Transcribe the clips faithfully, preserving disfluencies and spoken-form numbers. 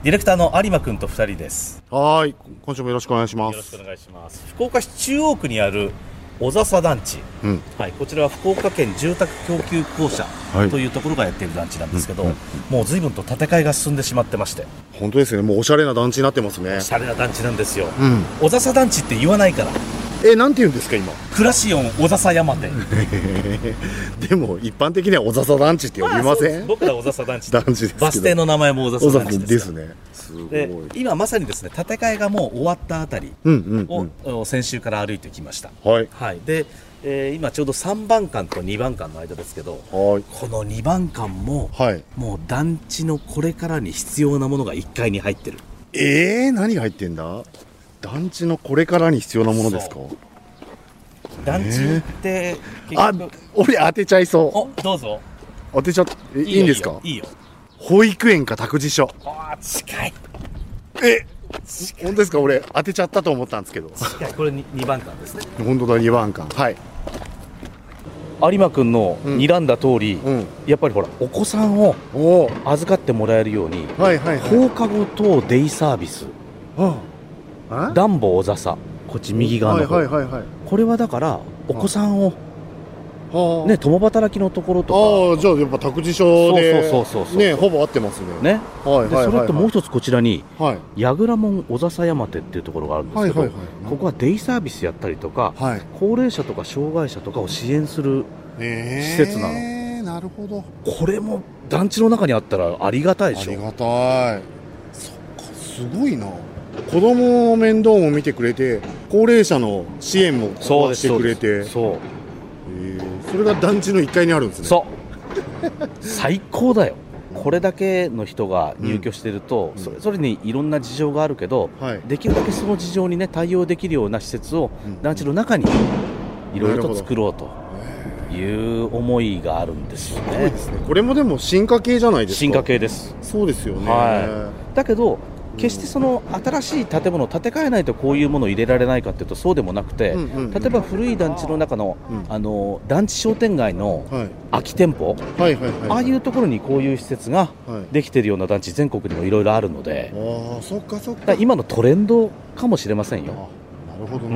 ディレクターの有馬くんとふたりです。 はい、今週もよろしくお願いします。 よろしくお願いします。福岡市中央区にある小笹団地、うん、はい、こちらは福岡県住宅供給公社というところがやっている団地なんですけど、はい、もう随分と建て替えが進んでしまってまして。 本当ですね、もうおしゃれな団地になってますね。 おしゃれな団地なんですよ、うん、小笹団地って言わないから。 え、なんて言うんですか今。 クラシオン小笹山店でも一般的には小笹団地って呼びません、まあ、 僕ら小笹団地団地ですけど、 バス停の名前も小笹団地ですですね。すごい。 で今まさにですね、建て替えがもう終わったあたりを、うんうんうん、先週から歩いてきました。はい、はい、で、えー、今ちょうどさんばんかんとにばんかんの間ですけど、はい、このにばんかんも、はい、もう団地のこれからに必要なものがいっかいに入ってる。 えー、何が入ってんだ。団地のこれからに必要なものですか。 団地って結局、あ、俺当てちゃいそう。 お、どうぞ。 当てちゃっていいんですか。 いいよ。 保育園か託児所。 あ、近い。 え、本当ですか。俺当てちゃったと思ったんですけど。 近い。これにばんかんですね。 本当だ、にばんかん。はい。 有馬くんの睨んだ通り、うん、やっぱりほらお子さんを預かってもらえるように、はいはいはい、放課後等デイサービス、ダンボ小笹、こっち右側の方、はいはいはいはい、これはだからお子さんをね、共働きのところとか、 ああ、じゃあやっぱ託児所でね、ほぼ合ってますね。 ね、はいはいはいはい、でそれともう一つこちらに、はい、矢倉門小笹山手っていうところがあるんですけど、はいはいはい、ここはデイサービスやったりとか、はい、高齢者とか障害者とかを支援する施設なの。 えー、なるほど。 これも団地の中にあったらありがたいでしょ。 ありがたい。そっか、すごいな。子供の面倒も見てくれて、高齢者の支援もしてくれて、そう、えー、それが団地のいっかいにあるんですね。 そう最高だよ。これだけの人が入居してると、うん、それぞれにいろんな事情があるけど、はい、できるだけその事情にね対応できるような施設を団地の中にいろいろと作ろうという思いがあるんですよね。すごいですね。 これもでも進化系じゃないですか。 進化系です。 そうですよね、 はい、だけど決してその新しい建物を建て替えないとこういうものを入れられないかというとそうでもなくて、うんうんうん、例えば古い団地の中の、うん、あの団地商店街の空き店舗、はいはいはいはい、ああいうところにこういう施設ができているような団地全国にもいろいろあるので、 あ、そっかそっか、 今のトレンドかもしれませんよ。 あ、なるほどなるほど、うん、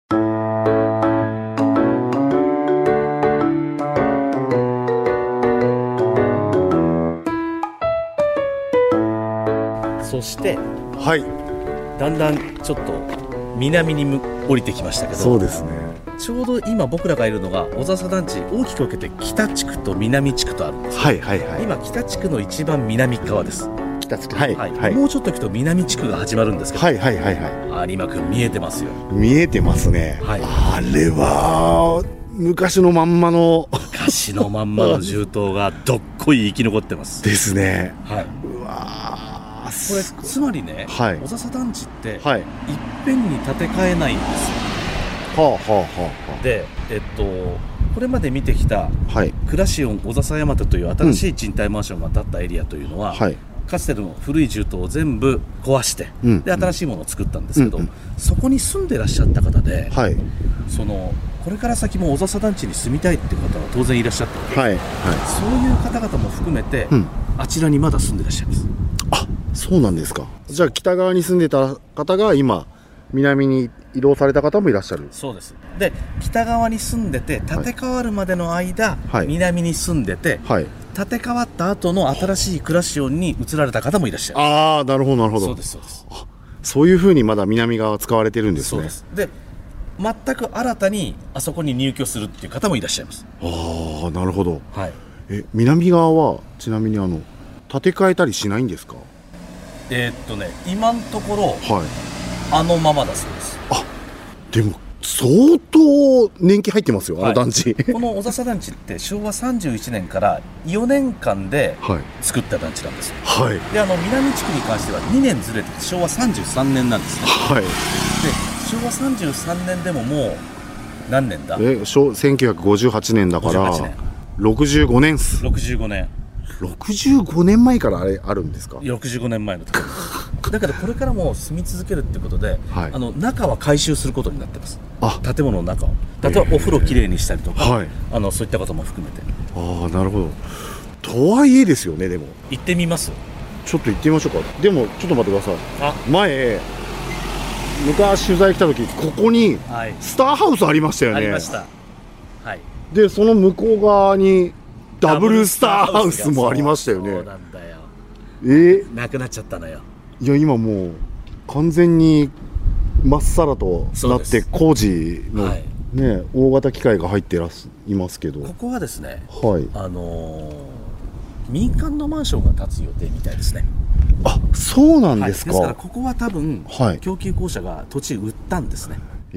そして、 はい、 だんだんちょっと南に降りてきましたけど、 そうですね、 ちょうど今僕らがいるのが小笹団地、大きく分けて北地区と南地区とあるんです。はいはいはい、今北地区の一番南側です。 北地区、はいはいはい、 もうちょっと行くと南地区が始まるんですけど、はいはいはいはい、有馬くん見えてますよ。 見えてますね、はい、あれは昔のまんまの昔のまんまの銃刀がどっこい生き残ってますですね。 はい、うわこれつまりね、はい、小笹団地って、はい、いっぺんに建て替えないんですよ。はあはあはあ、で、えっと、これまで見てきた、はい、クラシオン小笹山手という新しい賃貸マンションが建ったエリアというのは、うん、はい、かつての古い住棟を全部壊して、うん、で新しいものを作ったんですけど、うんうん、そこに住んでらっしゃった方で、はい、そのこれから先も小笹団地に住みたいっていう方は当然いらっしゃったので、はいはい、そういう方々も含めて、うん、あちらにまだ住んでらっしゃいます。 あ、そうなんですか。じゃあ北側に住んでた方が今南に移動された方もいらっしゃる。 そうです。で北側に住んでて建て替わるまでの間、はい、南に住んでて、はい、建て替わった後の新しいクラシオンに移られた方もいらっしゃる。 ああ、なるほどなるほど。 そうですそうです。 あ、そういうふうにまだ南側は使われてるんですね。 そうです。で全く新たにあそこに入居するっていう方もいらっしゃいます。 ああ、なるほど、はい、え南側はちなみにあの建て替えたりしないんですか。 えー、っとね今のところ、はい、あのままだそうです。 あ、でも相当年季入ってますよ、あの団地、 はい、この小笹団地ってしょうわさんじゅういちねんからよねんかんで作った団地なんですよ、はい、であの南地区に関してはにねんずれててしょうわさんじゅうさんねんなんですね、はい、でしょうわさんじゅうさんねんでももう何年だ。 えせんきゅうひゃくごじゅうはちねんだからろくじゅうごねんっす。 ろくじゅうごねんろくじゅうごねんまえからあれあるんですか。 ろくじゅうごねんまえの時だけどこれからも住み続けるってことで、はい、あの中は改修することになってます。あ、建物の中を例えばお風呂きれいにしたりとか、はい、あのそういったことも含めて。 ああ、なるほど。とはいえですよね。でも行ってみます。 ちょっと行ってみましょうか。でもちょっと待ってください。あ、前昔取材来た時ここにスターハウスありましたよね、はい、 ありました、はい、 でその向こう側にダブルスターハウスもありましたよね。 そうなんだよ。 えー、 なくなっちゃったのよ。 いや今もう完全にまっさらとなって工事の、はい、ね、大型機械が入ってらっいますけど、 ここはですね、 はい、 あのー、民間のマンションが建つ予定みたいですね。 あ、そうなんですか。 はい、ですからここは多分、はい、供給公社が土地売ったんですね。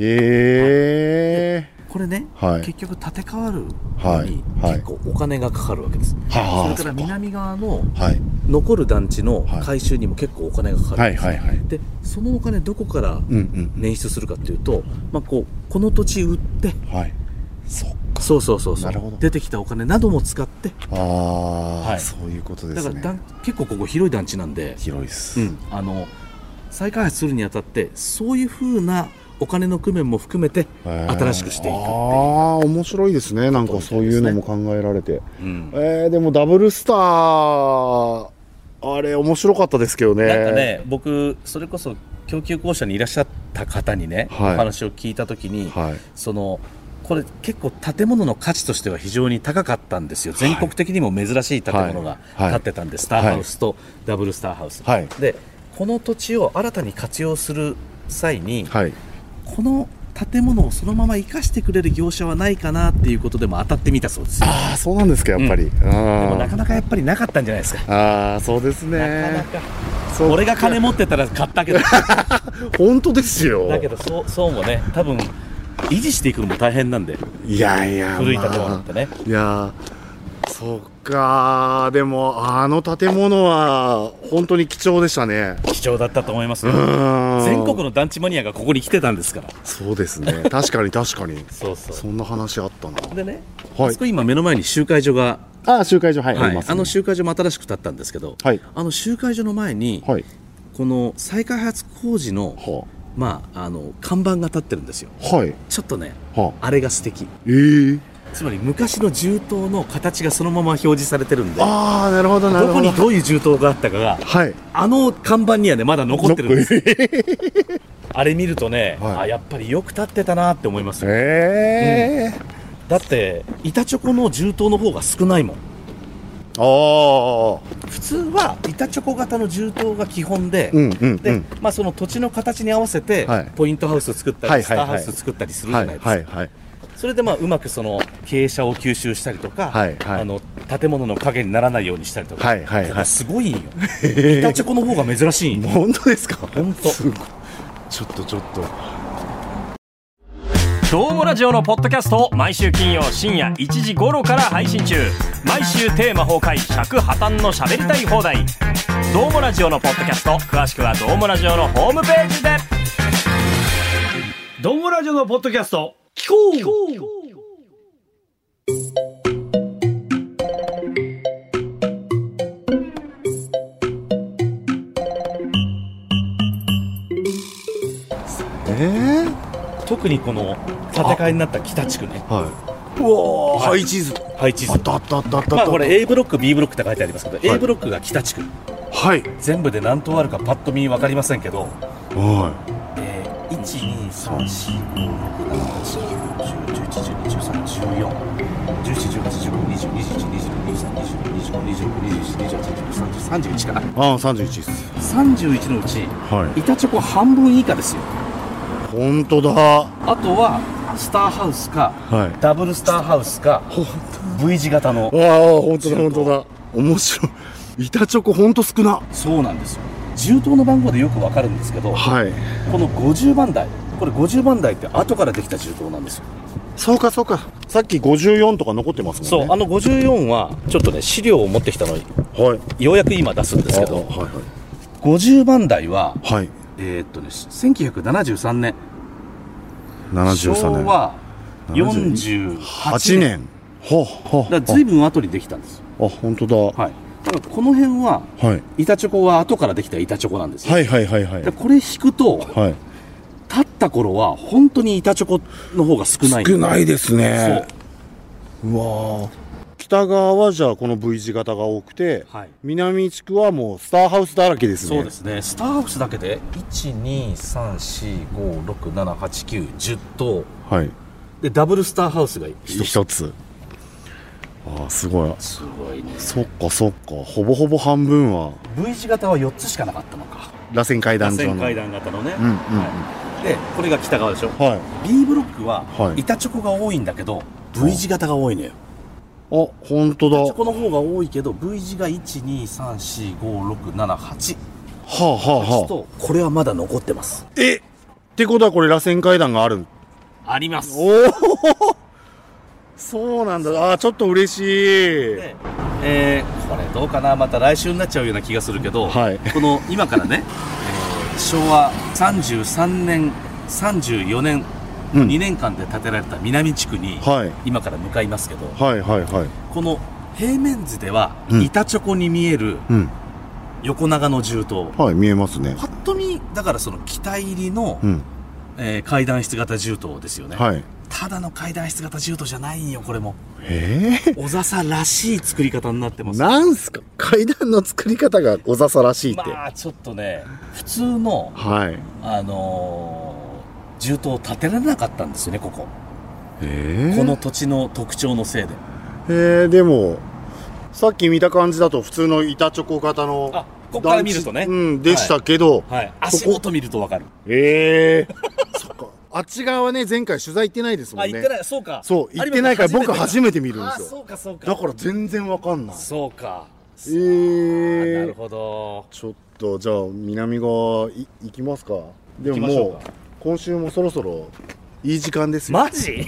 えー、 これね、はい、結局建て替わるのにはい、 結構お金がかかるわけです、 はい、 それから南側の残る団地の改修にも結構お金がかかるんです、はいはいはい、でそのお金どこから捻出するかっていうと、うんうん、まあ、こうこの土地売って、はい、そっか、そうそうそうそう、出てきたお金なども使って、 あ、はい、そういうことですね。 だから結構ここ広い団地なんで、 広いです、 うん、あの再開発するにあたってそういう風なお金の工面も含めて新しくしていくっていう。ああ、 面白いですね。なんかそういうのも考えられて、うん、えー、でもダブルスターあれ面白かったですけどね。 なんかね、僕それこそ供給公社にいらっしゃった方にね、はい、お話を聞いたときに、はい、そのこれ結構建物の価値としては非常に高かったんですよ。全国的にも珍しい建物が建ってたんで、はい、スターハウスとダブルスターハウス、はい、でこの土地を新たに活用する際に、はい、この建物をそのまま生かしてくれる業者はないかなっていうことでも当たってみたそうですよ。 ああ、そうなんですか、やっぱり、うん、でもなかなかやっぱりなかったんじゃないですか。 ああ、そうですね。 なかなか俺が金持ってたら買ったけど本当ですよ。 だけどそう、そうもね、多分維持していくのも大変なんで。 いやいや、 古い建物ってね、 まあ、いやそっか。でもあの建物は本当に貴重でしたね。 貴重だったと思いますよ。全国の団地マニアがここに来てたんですから。 そうですね、確かに確かにそうそう、そんな話あったな。 でね、はい、あそこ今目の前に集会所が、 ああ、集会所、はい、 はい、 ありますね。 あの集会所も新しく建ったんですけど、はい、あの集会所の前に、はい、この再開発工事の、はあ、まあ、あの看板が立ってるんですよ。はい、ちょっとね、はあ、あれが素敵。えーつまり昔の銃刀の形がそのまま表示されてるんで、 ああ、なるほどなるほど、 どこにどういう銃刀があったかが、はい、あの看板にはねまだ残ってるんですあれ見るとね、はい、あ、やっぱりよく建ってたなって思いますよ、えーうん、だって板チョコの銃刀の方が少ないもん。あ、普通は板チョコ型の銃刀が基本で、うんうんうん、で、まあ、その土地の形に合わせて、はい、ポイントハウスを作ったり、はい、スターハウスを作ったりするじゃないですか、はいはいはいはい、それでまあうまくその傾斜を吸収したりとか、はいはい、あの建物の影にならないようにしたりとか、はいはいはい、すごいんよ。板チョコの方が珍しいんよ。 本当ですか。 本当。 ちょっとちょっとどうもラジオのポッドキャストを毎週金曜深夜いちじ頃から配信中。毎週テーマ崩壊、尺破綻の喋りたい放題。どうもラジオのポッドキャスト、詳しくはどうもラジオのホームページで。どうもラジオのポッドキャスト聞こう、聞こう。 えー、特にこの建て替えになった北地区ね、はい、 うわ、はい、ハイチーズ、 ハイチーズ、 あったあったあったあった、 まあ、これ A ブロック B ブロックって書いてありますけど、はい、A ブロックが北地区、はい、全部で何棟あるかパッと見分かりませんけど、はい、えー、いち、に、さん、よん、ご、ろく、なな、はち、きゅう、じゅういち、じゅうに、じゅうさん、じゅうよん、じゅうなな、じゅうはち、じゅうご、にじゅう、にじゅういち、にじゅうに、にじゅうさん、にじゅうよん、にじゅうご、にじゅうろく、にじゅうなな、にじゅうはち、にじゅうきゅう、さんじゅう、さんじゅういちかな。 ああ、さんじゅういちです。 さんじゅういちのうち、はい、板チョコ半分以下ですよ。 本当だ。 あとはスターハウスか、はい、ダブルスターハウスか V 字型の。 ああ、本当だ本当だ。面白い。板チョコ本当少な。 そうなんですよ。銃刀の番号でよくわかるんですけど、はい、このごじゅうばん台、これごじゅうばん台って後からできた銃刀なんですよ。 そうかそうか。さっきごじゅうよんとか残ってますもんね。 そう、あのごじゅうよんはちょっとね資料を持ってきたのに、はい、ようやく今出すんですけど、はいはい、ごじゅうばん台は、はい、えー、っとねせんきゅうひゃくななじゅうさんねん、 ななじゅうさんねん、 昭和よんじゅうはちねん、 ほほだからずいぶん後にできたんですよ。 あ、本当だ。はい。 だからこの辺は、はい、板チョコは後からできた板チョコなんですよ。はいはいはいはい。でこれ引くと、はい、立った頃は本当に板チョコの方が少ない。 少ないですね。そう。うわー、 北側はじゃあこの V 字型が多くて、はい、南地区はもうスターハウスだらけですね。 そうですね。スターハウスだけでいちにさんしごろくななはちきゅうじゅっとう、はい、でダブルスターハウスがひとつ。 ああすごい。 すごいね。 そっかそっか。ほぼほぼ半分は V 字型はよっつしかなかったのか。 螺旋階段状の螺旋階段型のね、 うんうんうん、 はい、でこれが北側でしょ、はい、B ブロックは板チョコが多いんだけど、はい、V 字型が多いのよ。 あ、本当だ。 板チョコの方が多いけど V 字がいちにさんしごろくななはち、 はあはあはあ、 とこれはまだ残ってます。 えってことはこれ螺旋階段がある？ あります。 おおそうなんだ。あ、ちょっと嬉しい。で、 えー、これどうかな、また来週になっちゃうような気がするけど、はい、この今からね、えー、しょうわさんじゅうさんねんさんじゅうよねん、うん、にねんかんで建てられた南地区に、はい、今から向かいますけど、はいはいはい、この平面図では、うん、板チョコに見える、うん、横長の銃刀、 はい、見えますね。 ぱっと見だからその北入りの、うん、えー、階段室型銃刀ですよね。はい、ただの階段室型銃刀じゃないんよ、これも。 えー、 小笹らしい作り方になってます。 なんすか、階段の作り方が小笹らしいって。 まあちょっとね、普通の、はい、あのー、銃刀を建てられなかったんですよね、ここ。えー、この土地の特徴のせいで。 えー、でもさっき見た感じだと普通の板チョコ型の、 あ、ここから見るとね、 うん、でしたけど、 はいはい、足元見ると分かる。 ええー、そっか。あっち側はね、前回取材行ってないですもんね。 あ、行ってない、そうか。 そう、行ってないから僕初めて見るんですよ。 あ、そうかそうか。 だから全然わかんない。 そうか。 ええー、 なるほど。 ちょっとじゃあ南側い行きますか。でももう今週もそろそろいい時間ですよ。 マジ？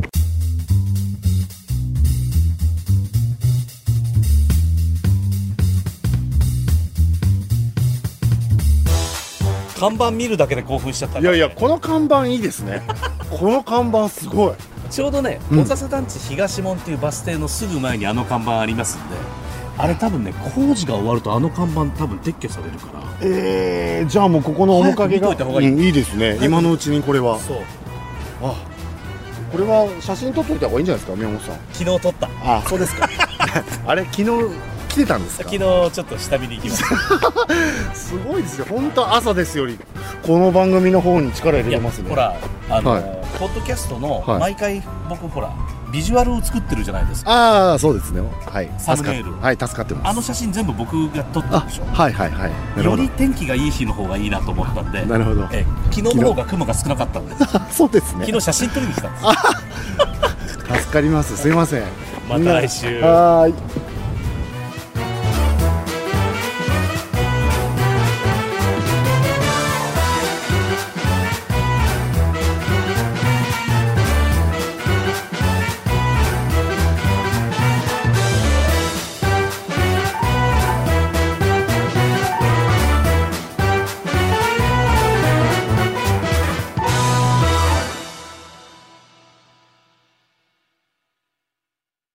看板見るだけで興奮しちゃった、ね、 いやいや、この看板いいですね。この看板すごい。 ちょうどね、小笹団地東門っていうバス停のすぐ前にあの看板ありますんで、あれ多分ね、工事が終わるとあの看板多分撤去されるから。 えー、じゃあもうここの面影がいい、うん、いいですね、今のうちにこれは。そう、あ、これは写真撮っといた方がいいんじゃないですか、宮本さん。 昨日撮った。 あ、そうですか。あれ、昨日来てたんですか？ 昨日ちょっと下見に行きました。 すごいですよ、本当朝ですよりこの番組の方に力入れてますね。 ほら、あの、はい、ポッドキャストの毎回僕ほらビジュアルを作ってるじゃないですか。 ああ、そうですね、はい、 サムネイル、 はい、助かってます。 あの写真全部僕が撮ったんでしょ。 はいはいはい。 より天気がいい日の方がいいなと思ったんで。 なるほど。 え昨日の方が雲が少なかったんで。 そうですね、 昨日写真撮りに来たんです。 助かります、すいません。 また来週。 はい。